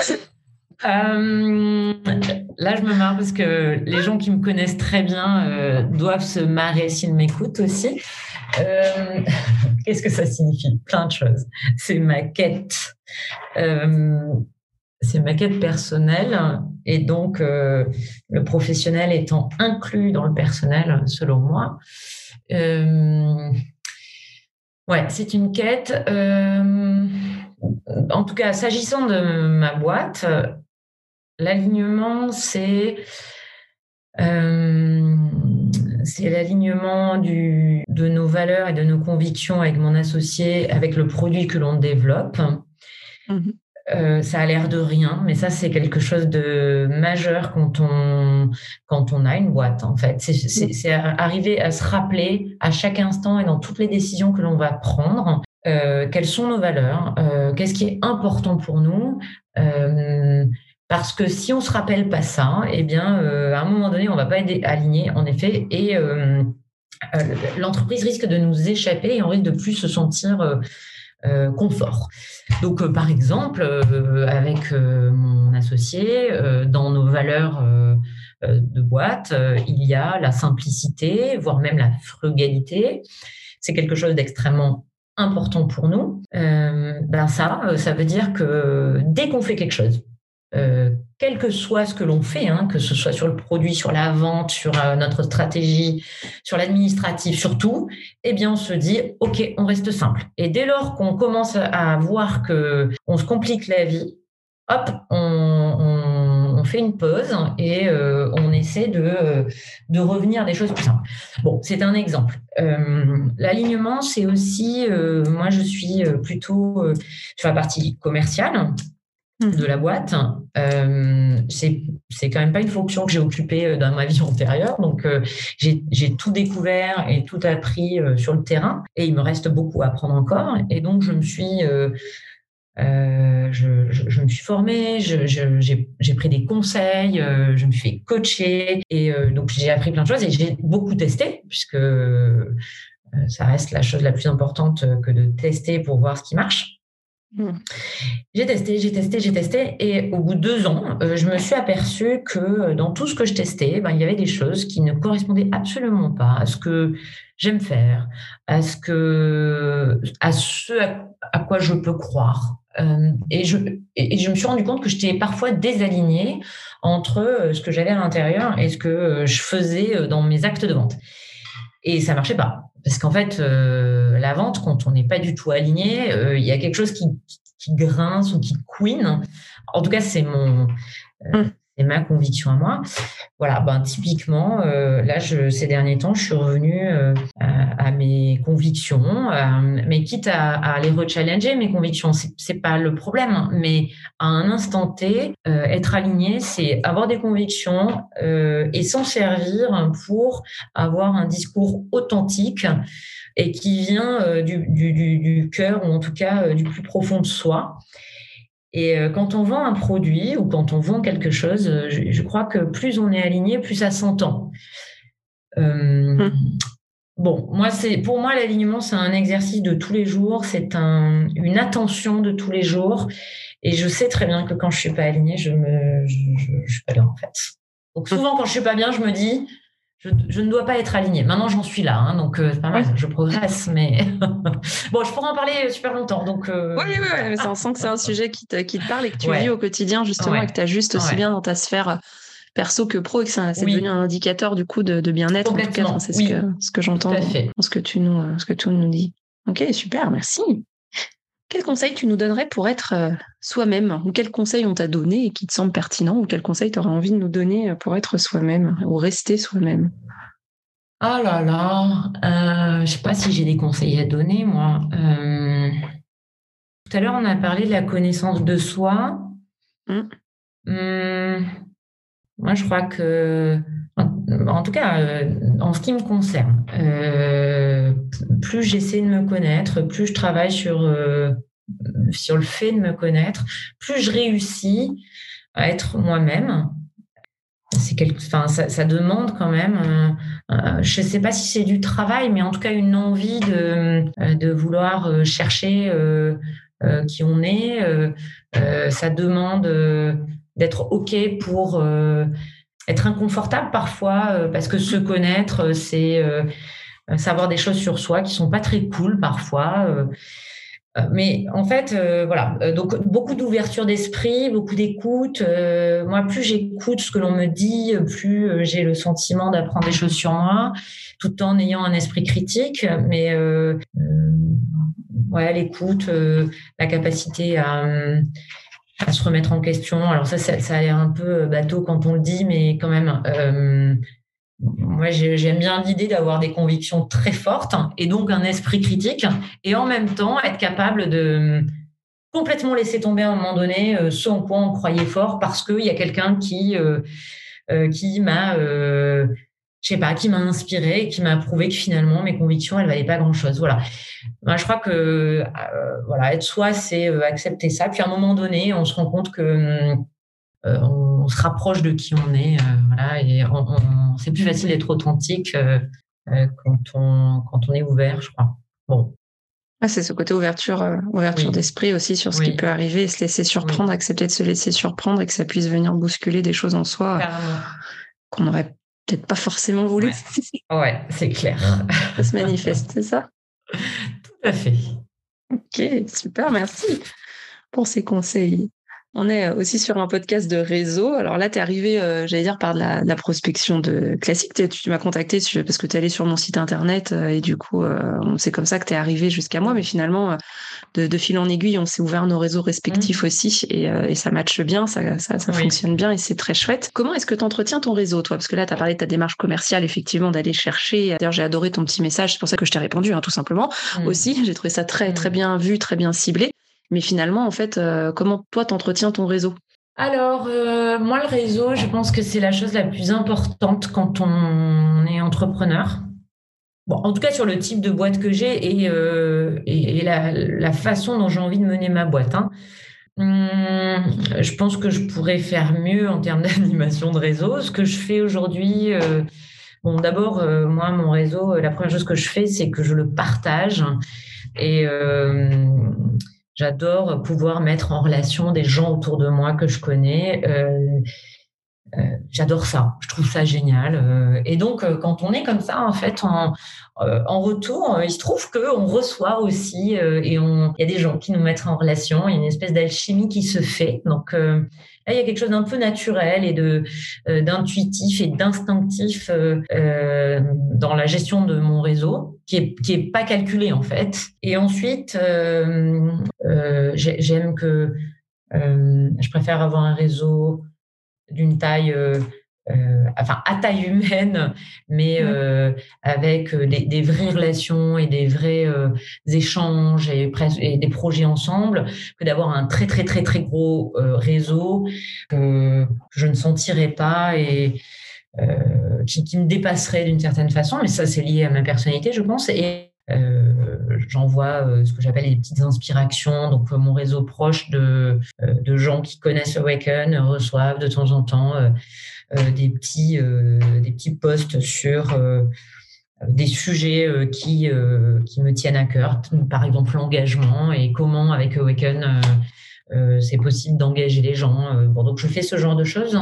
euh, là, je me marre parce que les gens qui me connaissent très bien euh, doivent se marrer s'ils m'écoutent aussi. Euh, qu'est-ce que ça signifie ? Plein de choses. C'est ma quête. Euh, C'est ma quête personnelle et donc euh, le professionnel étant inclus dans le personnel, selon moi. Euh, ouais, c'est une quête. Euh, en tout cas, s'agissant de ma boîte, l'alignement, c'est euh, c'est l'alignement du, de nos valeurs et de nos convictions avec mon associé, avec le produit que l'on développe. Mmh. Euh, ça a l'air de rien, mais ça, c'est quelque chose de majeur quand on, quand on a une boîte, en fait. C'est, c'est, c'est arriver à se rappeler à chaque instant et dans toutes les décisions que l'on va prendre, euh, quelles sont nos valeurs, euh, qu'est-ce qui est important pour nous, euh, parce que si on se rappelle pas ça, eh bien, euh, à un moment donné, on va pas être aligné, en effet, et euh, euh, l'entreprise risque de nous échapper et on risque de plus se sentir euh, Euh, confort. Donc, euh, par exemple, euh, avec euh, mon associé, euh, dans nos valeurs euh, euh, de boîte, euh, il y a la simplicité, voire même la frugalité. C'est quelque chose d'extrêmement important pour nous. Euh, ben ça, ça veut dire que dès qu'on fait quelque chose, euh, quel que soit ce que l'on fait, hein, que ce soit sur le produit, sur la vente, sur euh, notre stratégie, sur l'administratif, sur tout, eh bien, on se dit, OK, on reste simple. Et dès lors qu'on commence à voir qu'on se complique la vie, hop, on, on, on fait une pause et euh, on essaie de, de revenir à des choses plus simples. Bon, c'est un exemple. Euh, l'alignement, c'est aussi, euh, moi, je suis plutôt euh, sur la partie commerciale de la boîte. Euh, c'est, c'est quand même pas une fonction que j'ai occupée dans ma vie antérieure. Donc, euh, j'ai, j'ai tout découvert et tout appris euh, sur le terrain. Et il me reste beaucoup à apprendre encore. Et donc, je me suis... Euh, Euh, je, je, je me suis formée, je, je, j'ai, j'ai pris des conseils, euh, je me suis fait coacher et euh, donc j'ai appris plein de choses et j'ai beaucoup testé puisque euh, ça reste la chose la plus importante que de tester pour voir ce qui marche. Mmh. J'ai testé, j'ai testé, j'ai testé et au bout de deux ans, euh, je me suis aperçue que dans tout ce que je testais, ben, il y avait des choses qui ne correspondaient absolument pas à ce que j'aime faire, à ce que, à ce à, à quoi je peux croire. Euh, et, je, et je me suis rendu compte que j'étais parfois désalignée entre ce que j'avais à l'intérieur et ce que je faisais dans mes actes de vente. Et ça marchait pas. Parce qu'en fait, euh, la vente, quand on n'est pas du tout aligné, euh, il y a quelque chose qui, qui, qui grince ou qui couine. En tout cas, c'est mon... Euh, c'est ma conviction à moi. Voilà, ben typiquement, euh, là, je, ces derniers temps, je suis revenue euh, à, à mes convictions, euh, mais quitte à, à les rechallenger, mes convictions, c'est, c'est pas le problème, mais à un instant T, euh, être aligné, c'est avoir des convictions euh, et s'en servir pour avoir un discours authentique et qui vient euh, du, du, du, du cœur ou en tout cas euh, du plus profond de soi. Et quand on vend un produit ou quand on vend quelque chose, je, je crois que plus on est aligné, plus ça s'entend. Euh, mmh. Bon, moi, c'est, pour moi, l'alignement, c'est un exercice de tous les jours, c'est un, une attention de tous les jours. Et je sais très bien que quand je suis pas alignée, je me, je, je, je suis pas bien, en fait. Donc souvent, quand je suis pas bien, je me dis, Je, je ne dois pas être alignée. Maintenant, j'en suis là, hein, donc euh, c'est pas mal, je progresse, mais bon, je pourrais en parler super longtemps. Donc, euh... oui, oui, oui, mais ça, on sent que c'est un sujet qui te, qui te parle et que tu ouais. vis au quotidien, justement, ouais. et que tu ajustes aussi ouais. bien dans ta sphère perso que pro, et que ça, c'est oui. devenu un indicateur, du coup, de, de bien-être, en tout cas. Enfin, c'est oui. ce, que, ce que j'entends dans, dans ce que tu nous, ce que tu nous dis. Ok, super, merci. Quel conseil tu nous donnerais pour être euh, soi-même? Ou quel conseil on t'a donné et qui te semble pertinent? Ou quel conseil tu aurais envie de nous donner pour être soi-même ou rester soi-même? Ah là là, euh, je ne sais pas si j'ai des conseils à donner, moi. Euh, tout à l'heure, on a parlé de la connaissance de soi. Mmh. Hum, moi, je crois que, en, en tout cas, euh, en ce qui me concerne, euh, plus j'essaie de me connaître, plus je travaille sur, euh, sur le fait de me connaître, plus je réussis à être moi-même. C'est quelque, enfin, ça, ça demande quand même, euh, euh, je ne sais pas si c'est du travail, mais en tout cas une envie de, euh, de vouloir chercher euh, euh, qui on est. Euh, euh, ça demande euh, d'être OK pour euh, être inconfortable parfois, euh, parce que se connaître, c'est euh, savoir des choses sur soi qui ne sont pas très cool parfois. Euh, Mais en fait, euh, voilà, donc beaucoup d'ouverture d'esprit, beaucoup d'écoute. Euh, moi, plus j'écoute ce que l'on me dit, plus euh, j'ai le sentiment d'apprendre des choses sur moi, tout en ayant un esprit critique. Mais euh, euh, ouais, l'écoute, euh, la capacité à, à se remettre en question. Alors ça, ça, ça a l'air un peu bateau quand on le dit, mais quand même. Euh, Moi, j'aime bien l'idée d'avoir des convictions très fortes et donc un esprit critique et en même temps être capable de complètement laisser tomber à un moment donné ce en quoi on croyait fort parce qu'il y a quelqu'un qui, euh, euh, qui m'a, euh, je sais pas, qui m'a inspiré, qui m'a prouvé que finalement mes convictions elles valaient pas grand-chose. Voilà. Moi, je crois que euh, voilà, être soi, c'est accepter ça. Puis à un moment donné, on se rend compte que Euh, on se rapproche de qui on est, euh, voilà, et on, on, c'est plus facile d'être authentique euh, euh, quand on quand on est ouvert, je crois. Bon. Ah, c'est ce côté ouverture, euh, ouverture oui. d'esprit aussi sur ce oui. qui peut arriver, et se laisser surprendre, oui. accepter de se laisser surprendre et que ça puisse venir bousculer des choses en soi Carrément. qu'on n'aurait peut-être pas forcément voulu. Ouais, ouais c'est clair. Ça se manifeste, c'est ça? Tout à fait. Ok, super, merci pour ces conseils. On est aussi sur un podcast de réseau. Alors là, tu es arrivé, euh, j'allais dire, par de la, de la prospection de classique. Tu, tu m'as contacté parce que tu es allé sur mon site internet euh, et du coup, euh, c'est comme ça que tu es arrivé jusqu'à moi. Mais finalement, euh, de, de fil en aiguille, on s'est ouvert nos réseaux respectifs mmh. aussi et, euh, et ça matche bien, ça, ça, ça oui. fonctionne bien et c'est très chouette. Comment est-ce que tu entretiens ton réseau, toi? Parce que là, tu as parlé de ta démarche commerciale, effectivement, d'aller chercher. D'ailleurs, j'ai adoré ton petit message. C'est pour ça que je t'ai répondu, hein, tout simplement. Mmh. Aussi, j'ai trouvé ça très, mmh. très bien vu, très bien ciblé. Mais finalement, en fait, euh, comment toi, t'entretiens ton réseau? Alors, euh, moi, le réseau, je pense que c'est la chose la plus importante quand on est entrepreneur. Bon, en tout cas, sur le type de boîte que j'ai et, euh, et, et la, la façon dont j'ai envie de mener ma boîte. Hein. Hum, je pense que je pourrais faire mieux en termes d'animation de réseau. Ce que je fais aujourd'hui... Euh, bon, d'abord, euh, moi, mon réseau, la première chose que je fais, c'est que je le partage. Et... Euh, J'adore pouvoir mettre en relation des gens autour de moi que je connais. Euh, euh, j'adore ça. Je trouve ça génial. Euh, et donc, euh, quand on est comme ça, en fait, en, euh, en retour, euh, il se trouve qu'on reçoit aussi euh, et on, il y a des gens qui nous mettent en relation. Il y a une espèce d'alchimie qui se fait. Donc, euh, là, il y a quelque chose d'un peu naturel et de, euh, d'intuitif et d'instinctif euh, euh, dans la gestion de mon réseau, qui est, qui est pas calculé, en fait. Et ensuite, euh, euh, j'aime que euh, je préfère avoir un réseau d'une taille, euh, euh, enfin à taille humaine, mais euh, avec des, des vraies relations et des vrais euh, échanges et, pres- et des projets ensemble, que d'avoir un très très très très gros euh, réseau que je ne sentirais pas et euh, qui, qui me dépasserait d'une certaine façon. Mais ça, c'est lié à ma personnalité, je pense. Et Euh, j'envoie euh, ce que j'appelle les petites inspirations. Donc, euh, mon réseau proche de, euh, de gens qui connaissent Awaken euh, reçoivent de temps en temps euh, euh, des, petits, euh, des petits posts sur euh, des sujets euh, qui, euh, qui me tiennent à cœur. Par exemple, l'engagement et comment, avec Awaken, euh, euh, c'est possible d'engager les gens. Euh, bon, donc, je fais ce genre de choses.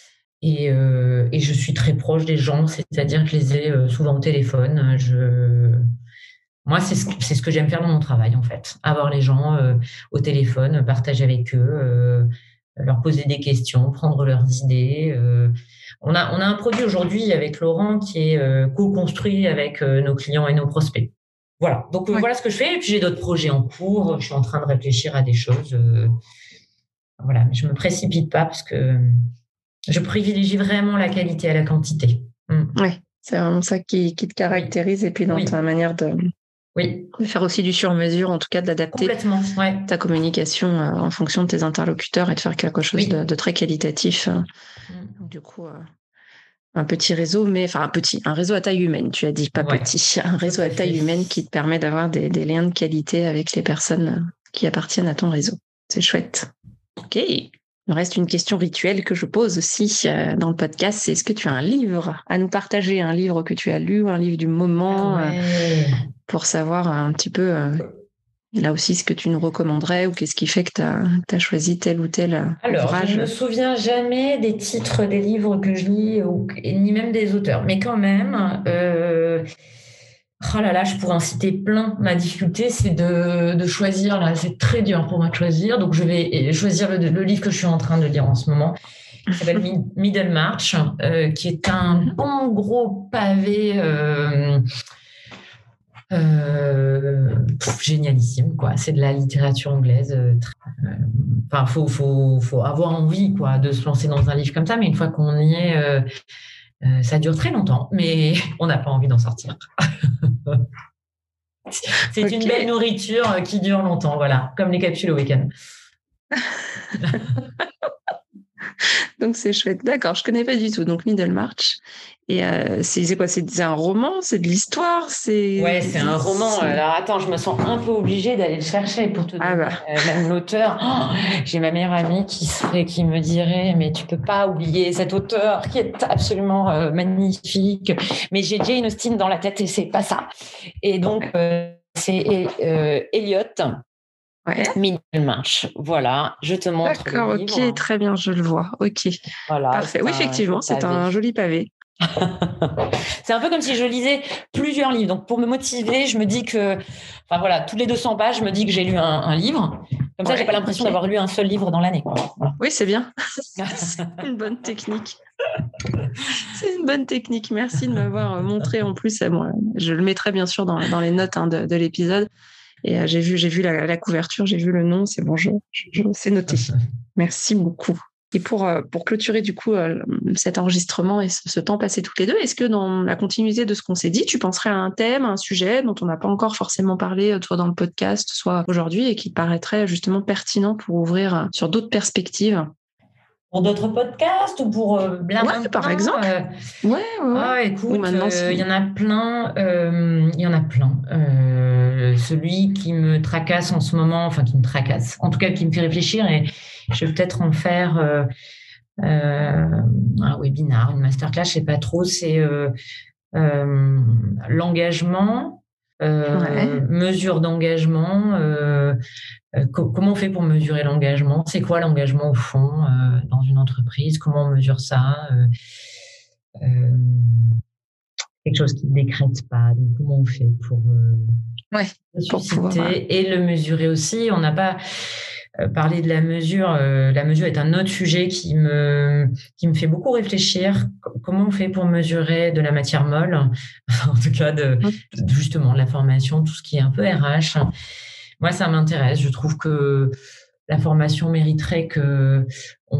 Et, euh, et je suis très proche des gens, c'est-à-dire que je les ai euh, souvent au téléphone. Je... Moi, c'est ce, c'est ce que j'aime faire dans mon travail, en fait. Avoir les gens euh, au téléphone, partager avec eux, euh, leur poser des questions, prendre leurs idées. Euh. On a, on a un produit aujourd'hui avec Laurent qui est euh, co-construit avec euh, nos clients et nos prospects. Voilà. Donc, euh, ouais. Voilà ce que je fais. Et puis, j'ai d'autres projets en cours. Je suis en train de réfléchir à des choses. Euh, voilà. Mais je me précipite pas parce que je privilégie vraiment la qualité à la quantité. Mm. Oui, c'est vraiment ça qui, qui te caractérise. Oui. Et puis, dans oui. ta manière de... Oui. De faire aussi du sur-mesure, en tout cas d'adapter ouais. ta communication euh, en fonction de tes interlocuteurs et de faire quelque chose oui. de, de très qualitatif. Mm. Du coup, euh, un petit réseau, mais enfin un petit, un réseau à taille humaine, tu as dit, pas ouais. petit, un réseau à taille humaine qui te permet d'avoir des, des liens de qualité avec les personnes qui appartiennent à ton réseau. C'est chouette. Ok. Il me reste une question rituelle que je pose aussi euh, dans le podcast, c'est est-ce que tu as un livre à nous partager, un livre que tu as lu, un livre du moment, ouais. euh, pour savoir un petit peu, euh, là aussi, ce que tu nous recommanderais ou qu'est-ce qui fait que tu as choisi tel ou tel Alors, ouvrage. Je ne me souviens jamais des titres des livres que je lis, ou, ni même des auteurs, mais quand même... Euh... Oh là là, je pourrais en citer plein. Ma difficulté, c'est de, de choisir. Là, c'est très dur pour moi de choisir. Donc, je vais choisir le, le livre que je suis en train de lire en ce moment, qui s'appelle Middlemarch, euh, qui est un bon gros pavé euh, euh, pff, génialissime, quoi. C'est de la littérature anglaise. Euh, très, euh, enfin, faut, faut, faut avoir envie, quoi, de se lancer dans un livre comme ça. Mais une fois qu'on y est... Euh, Euh, ça dure très longtemps, mais on n'a pas envie d'en sortir. C'est okay. Une belle nourriture qui dure longtemps, voilà, comme les capsules au week-end. Donc c'est chouette. D'accord, je connais pas du tout. Donc Middlemarch. Et euh, c'est, c'est quoi c'est, c'est un roman, c'est de l'histoire, c'est. Ouais, c'est un roman. C'est... Alors attends, je me sens un peu obligée d'aller le chercher pour te donner ah bah. euh, même l'auteur. Oh, j'ai ma meilleure amie qui serait, qui me dirait, mais tu peux pas oublier cet auteur qui est absolument euh, magnifique. Mais j'ai Jane Austen dans la tête et c'est pas ça. Et donc euh, c'est euh, Eliot. Ouais. Middlemarch, voilà, je te montre. D'accord, le livre. Ok, très bien, je le vois. Ok, voilà, parfait. Oui, effectivement, c'est un joli pavé. C'est un peu comme si je lisais plusieurs livres. Donc, pour me motiver, je me dis que, enfin voilà, toutes les deux cents pages, je me dis que j'ai lu un, un livre. Comme ça, ouais, j'ai pas l'impression okay. d'avoir lu un seul livre dans l'année. Voilà. Oui, c'est bien. C'est une bonne technique. C'est une bonne technique. Merci de m'avoir montré en plus. Bon, je le mettrai bien sûr dans, dans les notes hein, de, de l'épisode. Et euh, j'ai vu, j'ai vu la, la couverture, j'ai vu le nom. C'est bon, je, je, je, c'est noté. Merci beaucoup. Et pour, euh, pour clôturer du coup euh, cet enregistrement et ce, ce temps passé toutes les deux, est-ce que dans la continuité de ce qu'on s'est dit, tu penserais à un thème, un sujet dont on n'a pas encore forcément parlé, soit dans le podcast, soit aujourd'hui, et qui paraîtrait justement pertinent pour ouvrir sur d'autres perspectives? Pour d'autres podcasts ou pour euh, plein ouais, par exemple euh... Ouais, ouais, ouais. Ah, écoute, il euh, y en a plein. Il euh, y en a plein. Euh, celui qui me tracasse en ce moment, enfin qui me tracasse, en tout cas qui me fait réfléchir, et je vais peut-être en faire euh, euh, un webinar, une masterclass, je sais pas trop. C'est euh, euh, l'engagement. Euh, ouais. Mesure d'engagement, euh, euh, co- comment on fait pour mesurer l'engagement? C'est quoi l'engagement au fond euh, dans une entreprise? Comment on mesure ça? euh, euh, Quelque chose qui ne décrète pas. Donc, comment on fait pour, euh, ouais, le pour susciter pouvoir, et le mesurer aussi? On n'a pas euh, parlé de la mesure. Euh, la mesure est un autre sujet qui me qui me fait beaucoup réfléchir. Comment on fait pour mesurer de la matière molle, en tout cas de, de justement de la formation, tout ce qui est un peu R H. Moi, ça m'intéresse. Je trouve que la formation mériterait que on,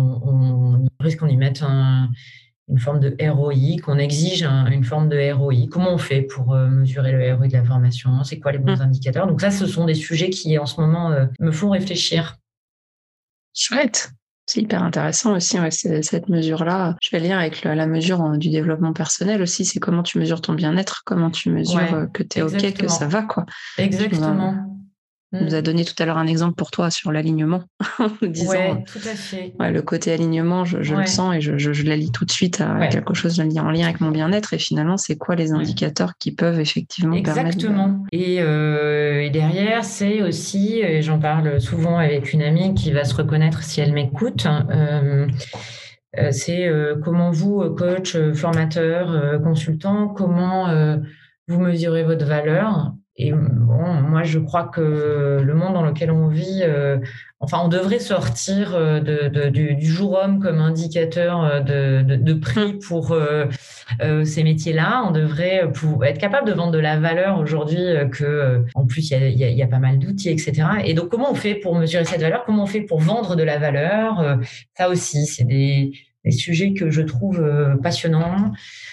on presque qu'on y mette un, une forme de R O I, qu'on exige un, une forme de R O I. Comment on fait pour euh, mesurer le R O I de la formation? C'est quoi les bons mmh. indicateurs? Donc ça, ce sont des sujets qui, en ce moment, euh, me font réfléchir. Chouette. C'est hyper intéressant aussi, ouais, cette mesure-là. Je fais le lien avec le, la mesure du développement personnel aussi. C'est comment tu mesures ton bien-être, comment tu mesures ouais, que tu es OK, que ça va, quoi. Exactement. Tu nous as donné tout à l'heure un exemple pour toi sur l'alignement, en nous disant ouais, tout à fait. Ouais, le côté alignement, je, je ouais. le sens et je, je, je la lis tout de suite à ouais. quelque chose en lien avec mon bien-être. Et finalement, c'est quoi les indicateurs ouais. qui peuvent effectivement Exactement. permettre Exactement. De... Et, euh, et derrière, c'est aussi, et j'en parle souvent avec une amie qui va se reconnaître si elle m'écoute, euh, euh, c'est euh, comment vous, coach, formateur, euh, consultant, comment euh, vous mesurez votre valeur. Et bon, moi, je crois que le monde dans lequel on vit, euh, enfin, on devrait sortir de, de, du, du jour homme comme indicateur de, de, de prix pour euh, euh, ces métiers-là. On devrait pour être capable de vendre de la valeur aujourd'hui. Que, euh, en plus, il y a, y, y a pas mal d'outils, et cetera. Et donc, comment on fait pour mesurer cette valeur? Comment on fait pour vendre de la valeur? euh, Ça aussi, c'est des, des sujets que je trouve euh, passionnants.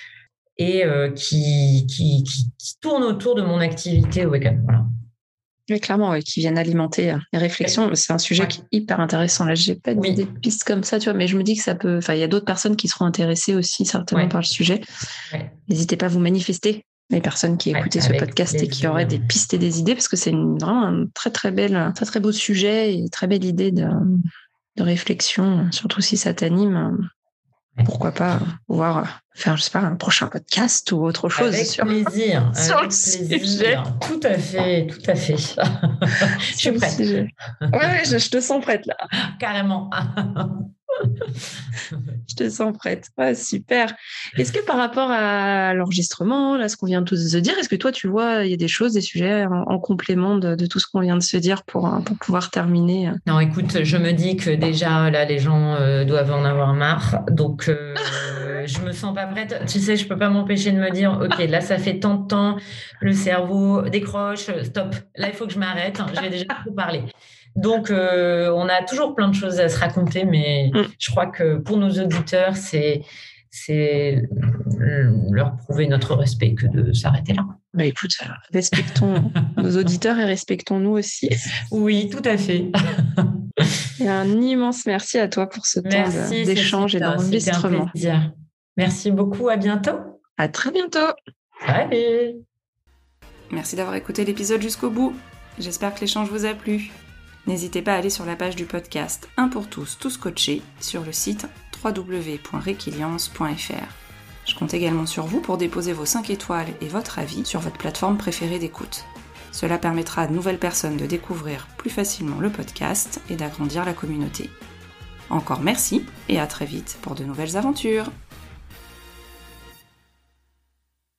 Et euh, qui, qui, qui, qui tourne autour de mon activité au Wake Up. Voilà. Oui, clairement, oui, qui viennent alimenter les réflexions. C'est un sujet ouais. qui est hyper intéressant. Là, j'ai pas oui. des pistes comme ça, tu vois, mais je me dis que ça peut. Enfin, il y a d'autres personnes qui seront intéressées aussi, certainement, ouais. par le sujet. Ouais. N'hésitez pas à vous manifester, les personnes qui écoutaient ouais, ce podcast et qui auraient des pistes et des idées, parce que c'est une, vraiment un très, très belle, très, très beau sujet et une très belle idée de, de réflexion, surtout si ça t'anime. Pourquoi pas pouvoir faire, je sais pas, un prochain podcast ou autre chose. Avec sur, sur plaisir. Avec le plaisir. Sujet. Tout à fait, tout à fait. Je suis prête. Ouais, ouais, je, je te sens prête là. Carrément. Je te sens prête. Ouais, super. Est-ce que par rapport à l'enregistrement, là, ce qu'on vient de se dire, est-ce que toi, tu vois, il y a des choses, des sujets en, en complément de, de tout ce qu'on vient de se dire pour, pour pouvoir terminer? Non, écoute, je me dis que déjà, là, les gens euh, doivent en avoir marre. Donc, euh, je me sens pas prête. Tu sais, je peux pas m'empêcher de me dire, OK, là, ça fait tant de temps, le cerveau décroche, stop. Là, il faut que je m'arrête. J'ai déjà trop parlé. Donc, euh, on a toujours plein de choses à se raconter, mais mmh. je crois que pour nos auditeurs, c'est, c'est leur prouver notre respect que de s'arrêter là. Bah écoute, respectons nos auditeurs et respectons-nous aussi. Oui, tout à fait. Et un immense merci à toi pour ce merci, temps d'échange et d'enregistrement. C'était un plaisir. Merci beaucoup, à bientôt. À très bientôt. Allez. Merci d'avoir écouté l'épisode jusqu'au bout. J'espère que l'échange vous a plu. N'hésitez pas à aller sur la page du podcast Un pour tous, tous coachés sur le site w w w point réquiliance point f r. Je compte également sur vous pour déposer vos cinq étoiles et votre avis sur votre plateforme préférée d'écoute. Cela permettra à de nouvelles personnes de découvrir plus facilement le podcast et d'agrandir la communauté. Encore merci et à très vite pour de nouvelles aventures.